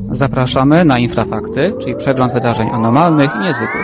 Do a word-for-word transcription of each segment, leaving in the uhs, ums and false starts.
Zapraszamy na Infrafakty, czyli przegląd wydarzeń anormalnych i niezwykłych.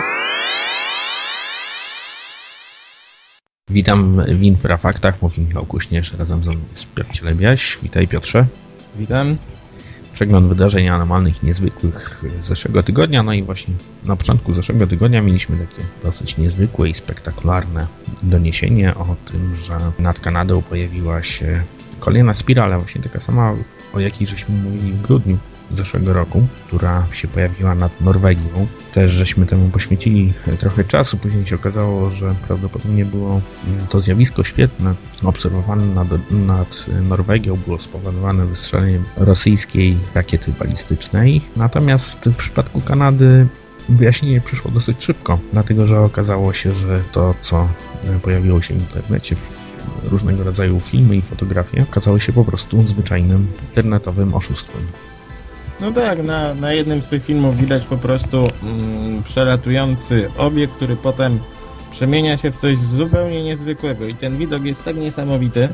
Witam w Infrafaktach, mówi Michał Kuśnierz, razem ze mną jest Piotr Cielebiaś. Witaj, Piotrze. Witam. Przegląd wydarzeń anormalnych i niezwykłych z zeszłego tygodnia. No i właśnie na początku zeszłego tygodnia mieliśmy takie dosyć niezwykłe i spektakularne doniesienie o tym, że nad Kanadą pojawiła się kolejna spirala, właśnie taka sama, o jakiej żeśmy mówili w grudniu zeszłego roku, która się pojawiła nad Norwegią. Też żeśmy temu poświęcili trochę czasu, później się okazało, że prawdopodobnie było to zjawisko świetne, obserwowane nad, nad Norwegią, było spowodowane wystrzeleniem rosyjskiej rakiety balistycznej. Natomiast w przypadku Kanady wyjaśnienie przyszło dosyć szybko, dlatego że okazało się, że to, co pojawiło się w internecie, różnego rodzaju filmy i fotografie, okazało się po prostu zwyczajnym internetowym oszustwem. No tak, na, na jednym z tych filmów widać po prostu mm, przelatujący obiekt, który potem przemienia się w coś zupełnie niezwykłego i ten widok jest tak niesamowity,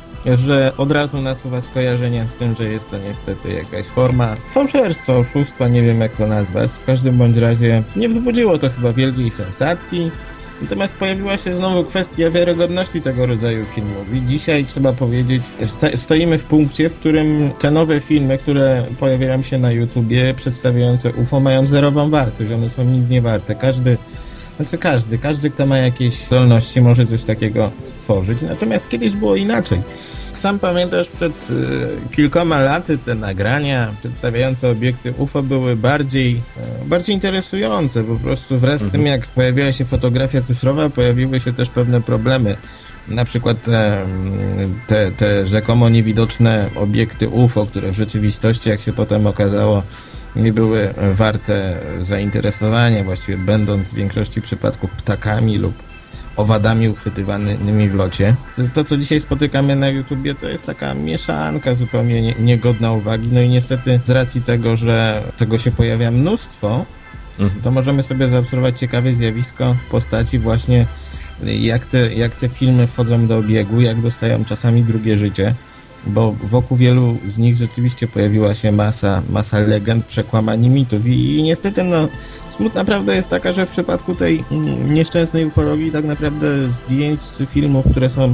że od razu nasuwa skojarzenia z tym, że jest to niestety jakaś forma fałszerstwa, oszustwa, nie wiem jak to nazwać. W każdym bądź razie nie wzbudziło to chyba wielkiej sensacji. Natomiast pojawiła się znowu kwestia wiarygodności tego rodzaju filmów i dzisiaj trzeba powiedzieć, stoimy w punkcie, w którym te nowe filmy, które pojawiają się na YouTubie przedstawiające U F O mają zerową wartość, one są nic nie warte. Każdy, znaczy każdy, każdy kto ma jakieś zdolności może coś takiego stworzyć, natomiast kiedyś było inaczej. Sam pamiętasz, przed y, kilkoma laty te nagrania przedstawiające obiekty U F O były bardziej, y, bardziej interesujące. Po prostu wraz z tym, jak pojawiła się fotografia cyfrowa, pojawiły się też pewne problemy. Na przykład te, te, te rzekomo niewidoczne obiekty U F O, które w rzeczywistości, jak się potem okazało, nie były warte zainteresowania, właściwie będąc w większości przypadków ptakami lub owadami uchwytywanymi w locie. To, co dzisiaj spotykamy na YouTubie, to jest taka mieszanka zupełnie nie, niegodna uwagi. No i niestety z racji tego, że tego się pojawia mnóstwo, mhm. to możemy sobie zaobserwować ciekawe zjawisko w postaci właśnie jak te, jak te filmy wchodzą do obiegu, jak dostają czasami drugie życie, bo wokół wielu z nich rzeczywiście pojawiła się masa, masa legend, przekłamań i mitów i, i niestety no smutna prawda jest taka, że w przypadku tej nieszczęsnej ufologii tak naprawdę zdjęć czy filmów, które są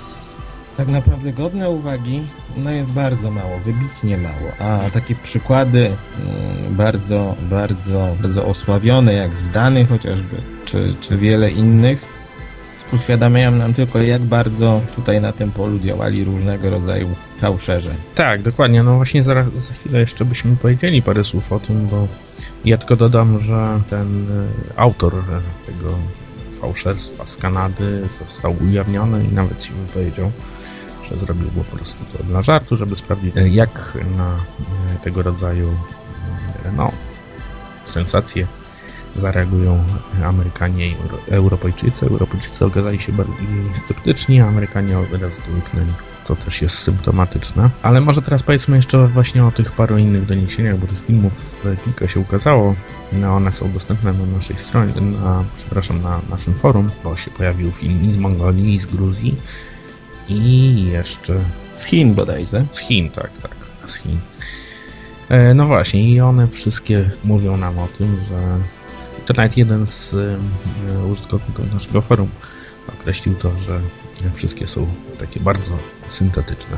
tak naprawdę godne uwagi, no jest bardzo mało, wybitnie mało, a takie przykłady bardzo, bardzo, bardzo osławione, jak Zdany chociażby, czy, czy wiele innych, uświadamiają nam tylko, jak bardzo tutaj na tym polu działali różnego rodzaju fałszerze. Tak, dokładnie. No właśnie zaraz, za chwilę jeszcze byśmy powiedzieli parę słów o tym, bo ja tylko dodam, że ten autor tego fałszerstwa z Kanady został ujawniony i nawet się wypowiedział, że zrobił po prostu to dla żartu, żeby sprawdzić, jak na tego rodzaju no, sensacje zareagują Amerykanie i Europejczycy. Europejczycy okazali się bardziej sceptyczni, a Amerykanie od razu umknęli. To też jest symptomatyczne. Ale może teraz powiedzmy jeszcze właśnie o tych paru innych doniesieniach, bo tych filmów kilka się ukazało. No, one są dostępne na naszej stronie, na, przepraszam, na naszym forum, bo się pojawił film i z Mongolii, i z Gruzji i jeszcze... Z Chin bodajże. Z Chin, tak, tak, z Chin. No właśnie, i one wszystkie mówią nam o tym, że to nawet jeden z użytkowników naszego forum określił to, że wszystkie są takie bardzo syntetyczne.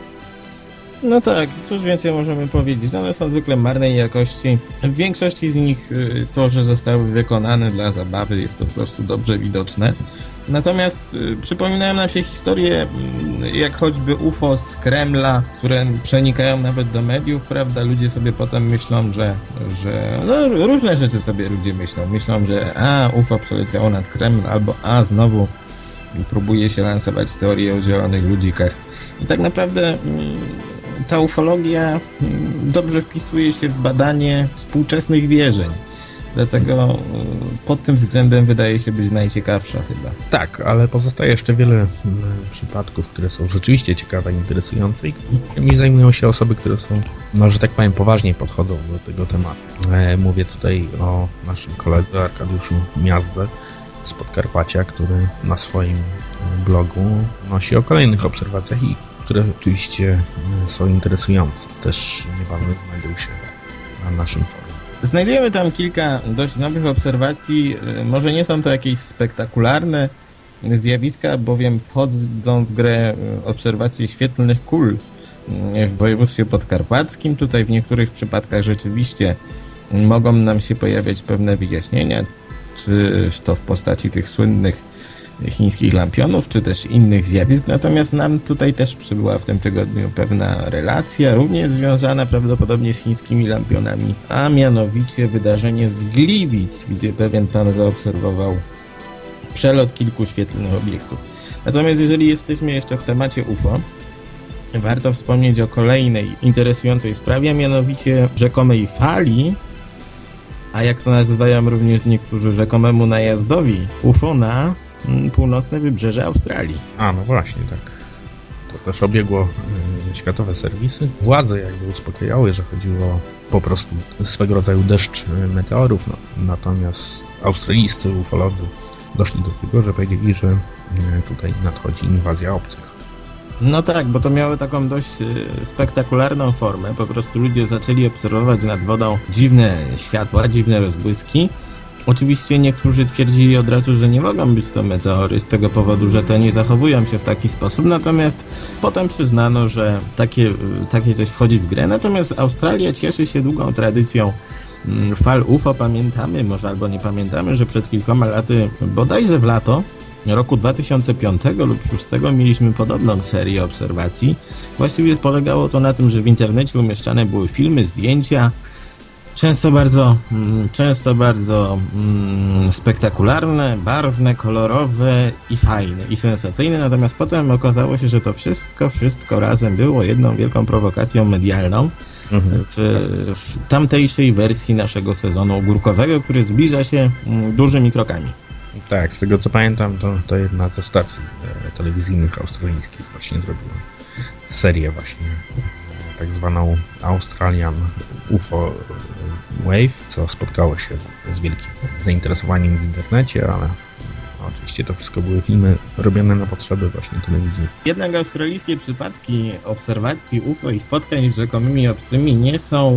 No tak, cóż więcej możemy powiedzieć. No one są zwykle marnej jakości. W większości z nich to, że zostały wykonane dla zabawy, jest po prostu dobrze widoczne. Natomiast y, przypominają nam się historie y, jak choćby U F O z Kremla, które przenikają nawet do mediów, prawda? Ludzie sobie potem myślą, że, że no, różne rzeczy sobie ludzie myślą. Myślą, że a, U F O przeleciało nad Kreml, albo a, znowu próbuje się lansować teorię o zielonych ludzikach. I tak naprawdę y, ta ufologia y, dobrze wpisuje się w badanie współczesnych wierzeń. Dlatego pod tym względem wydaje się być najciekawsza chyba. Tak, ale pozostaje jeszcze wiele przypadków, które są rzeczywiście ciekawe i interesujące i którymi zajmują się osoby, które są, no że tak powiem, poważnie podchodzą do tego tematu. Mówię tutaj o naszym koledze Arkadiuszu Miazdze z Podkarpacia, który na swoim blogu nosi o kolejnych obserwacjach i które oczywiście są interesujące. Też niebawem znajdą się na naszym forum. Znajdujemy tam kilka dość nowych obserwacji. Może nie są to jakieś spektakularne zjawiska, bowiem wchodzą w grę obserwacje świetlnych kul w województwie podkarpackim. Tutaj w niektórych przypadkach rzeczywiście mogą nam się pojawiać pewne wyjaśnienia, czy to w postaci tych słynnych chińskich lampionów, czy też innych zjawisk. Natomiast nam tutaj też przybyła w tym tygodniu pewna relacja, również związana prawdopodobnie z chińskimi lampionami, a mianowicie wydarzenie z Gliwic, gdzie pewien pan zaobserwował przelot kilku świetlnych obiektów. Natomiast jeżeli jesteśmy jeszcze w temacie U F O, warto wspomnieć o kolejnej interesującej sprawie, a mianowicie rzekomej fali, a jak to nazywają również niektórzy, rzekomemu najazdowi U F O na północne wybrzeże Australii. A, no właśnie, tak. To też obiegło y, światowe serwisy. Władze jakby uspokajały, że chodziło po prostu swego rodzaju deszcz meteorów, no, natomiast australijscy ufolodzy doszli do tego, że powiedzieli, że y, tutaj nadchodzi inwazja obcych. No tak, bo to miało taką dość spektakularną formę. Po prostu ludzie zaczęli obserwować nad wodą dziwne światła, dziwne rozbłyski. Oczywiście niektórzy twierdzili od razu, że nie mogą być to meteory z tego powodu, że te nie zachowują się w taki sposób, natomiast potem przyznano, że takie, takie coś wchodzi w grę. Natomiast Australia cieszy się długą tradycją fal U F O. Pamiętamy, może albo nie pamiętamy, że przed kilkoma laty, bodajże w lato roku dwa tysiące piątego lub dwa tysiące szóstego mieliśmy podobną serię obserwacji. Właściwie polegało to na tym, że w internecie umieszczane były filmy, zdjęcia, Często bardzo, często bardzo mm, spektakularne, barwne, kolorowe i fajne i sensacyjne, natomiast potem okazało się, że to wszystko, wszystko razem było jedną wielką prowokacją medialną mhm. w, w tamtejszej wersji naszego sezonu ogórkowego, który zbliża się mm, dużymi krokami. Tak, z tego co pamiętam, to, to jedna ze stacji e, telewizyjnych australijskich właśnie zrobiła serię właśnie tak zwaną Australian U F O Wave, co spotkało się z wielkim zainteresowaniem w internecie, ale oczywiście to wszystko były filmy robione na potrzeby właśnie telewizji. Jednak australijskie przypadki obserwacji U F O i spotkań z rzekomymi obcymi nie są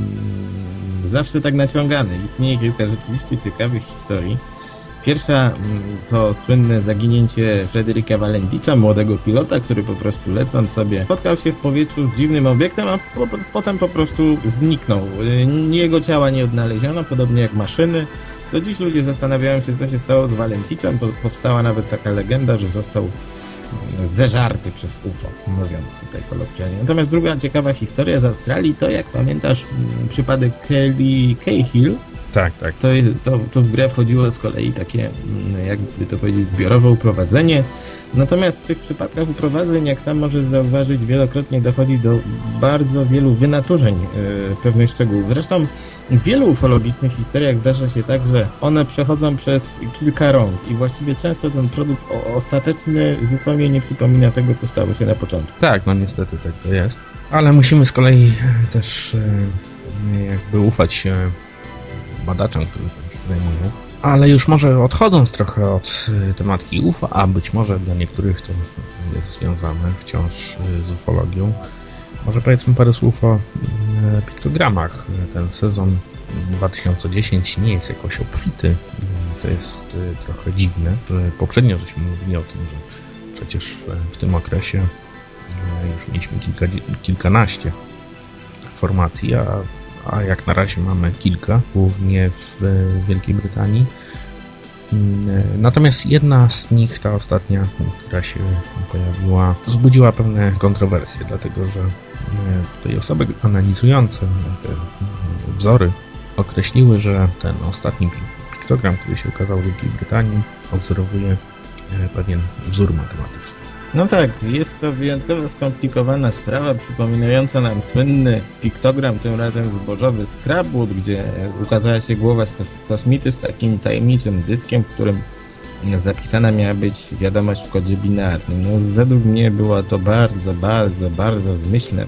mm, zawsze tak naciągane. Istnieje kilka rzeczywiście ciekawych historii. Pierwsza to słynne zaginięcie Fredericka Valenticza, młodego pilota, który po prostu lecąc sobie spotkał się w powietrzu z dziwnym obiektem, a po, po, potem po prostu zniknął. Jego ciała nie odnaleziono, podobnie jak maszyny. Do dziś ludzie zastanawiają się, co się stało z Valenticzem. Powstała nawet taka legenda, że został zeżarty przez U F O, mówiąc tutaj kolokwialnie. Natomiast druga ciekawa historia z Australii to, jak pamiętasz, przypadek Kelly Cahill. Tak, tak. To, to, to w grę wchodziło z kolei takie, jakby to powiedzieć, zbiorowe uprowadzenie. Natomiast w tych przypadkach uprowadzeń, jak sam możesz zauważyć, wielokrotnie dochodzi do bardzo wielu wynaturzeń yy, pewnych szczegółów. Zresztą w wielu ufologicznych historiach zdarza się tak, że one przechodzą przez kilka rąk i właściwie często ten produkt o, ostateczny zupełnie nie przypomina tego, co stało się na początku. Tak, no niestety tak to jest. Ale musimy z kolei też yy, jakby ufać się badaczom, którzy tam się zajmują. Ale już może odchodząc trochę od y, tematiki U F O, a być może dla niektórych to jest związane wciąż y, z ufologią, może powiedzmy parę słów o y, piktogramach. Ten sezon dwa tysiące dziesiąty nie jest jakoś obfity. Y, to jest y, trochę dziwne. Y, poprzednio żeśmy mówili o tym, że przecież y, w tym okresie y, już mieliśmy kilka, kilkanaście formacji, a a jak na razie mamy kilka, głównie w Wielkiej Brytanii. Natomiast jedna z nich, ta ostatnia, która się pojawiła, wzbudziła pewne kontrowersje, dlatego że tutaj osoby analizujące te wzory określiły, że ten ostatni piktogram, który się ukazał w Wielkiej Brytanii, obserwuje pewien wzór matematyczny. No tak, jest to wyjątkowo skomplikowana sprawa, przypominająca nam słynny piktogram, tym razem zbożowy Scrapwood, gdzie ukazała się głowa z kos- kosmity z takim tajemniczym dyskiem, w którym zapisana miała być wiadomość w kodzie binarnym. No, według mnie była to bardzo, bardzo, bardzo zmyślne,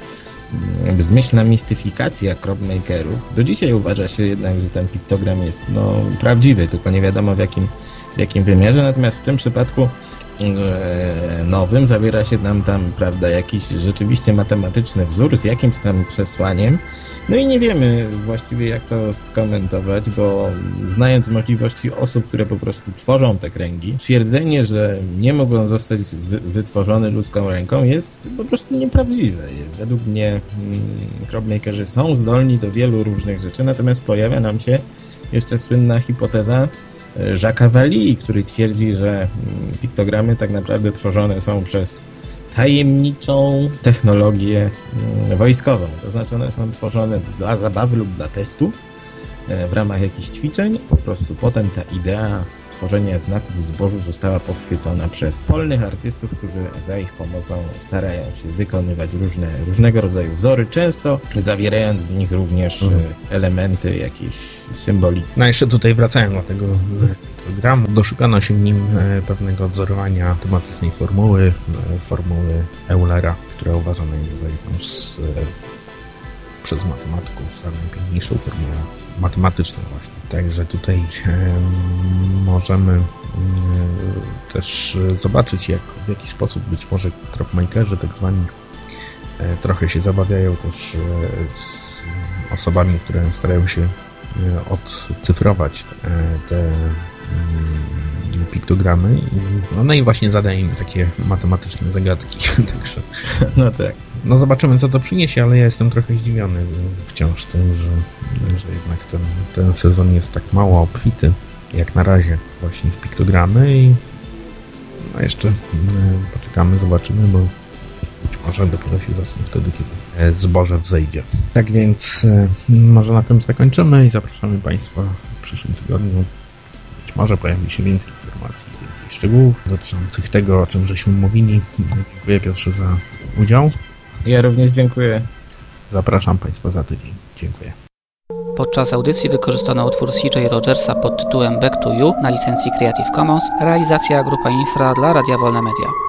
zmyślna mistyfikacja crop-makerów. Do dzisiaj uważa się jednak, że ten piktogram jest no, prawdziwy, tylko nie wiadomo w jakim, w jakim wymiarze, natomiast w tym przypadku e, nowym zawiera się nam tam, prawda, jakiś rzeczywiście matematyczny wzór z jakimś tam przesłaniem. No i nie wiemy właściwie, jak to skomentować, bo znając możliwości osób, które po prostu tworzą te kręgi, twierdzenie, że nie mogą zostać wy- wytworzone ludzką ręką jest po prostu nieprawdziwe. Według mnie mm, crowdmakerzy są zdolni do wielu różnych rzeczy, natomiast pojawia nam się jeszcze słynna hipoteza Jacques'a Vallee, który twierdzi, że mm, piktogramy tak naprawdę tworzone są przez tajemniczą technologię wojskową. To znaczy one są tworzone dla zabawy lub dla testu w ramach jakichś ćwiczeń. Po prostu potem ta idea tworzenia znaków w zbożu została podchwycona przez polnych artystów, którzy za ich pomocą starają się wykonywać różne, różnego rodzaju wzory, często zawierając w nich również mhm. elementy jakiejś symboliki. No jeszcze tutaj wracając do tego programu, doszukano się w nim pewnego odzorowania tematycznej formuły, formuły Eulera, która uważana jest za jedną z, przez matematyków za najpiękniejszą formułę matematyczną właśnie. Także tutaj e, możemy e, też zobaczyć, jak, w jaki sposób być może crowdmakerzy tak zwani e, trochę się zabawiają też e, z osobami, które starają się e, odcyfrować e, te e, piktogramy i, no i właśnie zadają im takie matematyczne zagadki. Także no tak. No zobaczymy, co to przyniesie, ale ja jestem trochę zdziwiony wciąż tym, że, że jednak ten, ten sezon jest tak mało obfity, jak na razie właśnie w piktogramy i no jeszcze poczekamy, zobaczymy, bo być może dopiero się zacznie wtedy, kiedy zboże wzejdzie. Tak więc może na tym zakończymy i zapraszamy Państwa w przyszłym tygodniu. Być może pojawi się więcej informacji, więcej szczegółów dotyczących tego, o czym żeśmy mówili. Dziękuję Piotrze za udział. Ja również dziękuję. Zapraszam Państwa za tydzień. Dziękuję. Podczas audycji wykorzystano utwór C J Rogersa pod tytułem Back to You na licencji Creative Commons, realizacja Grupa Infra dla Radia Wolne Media.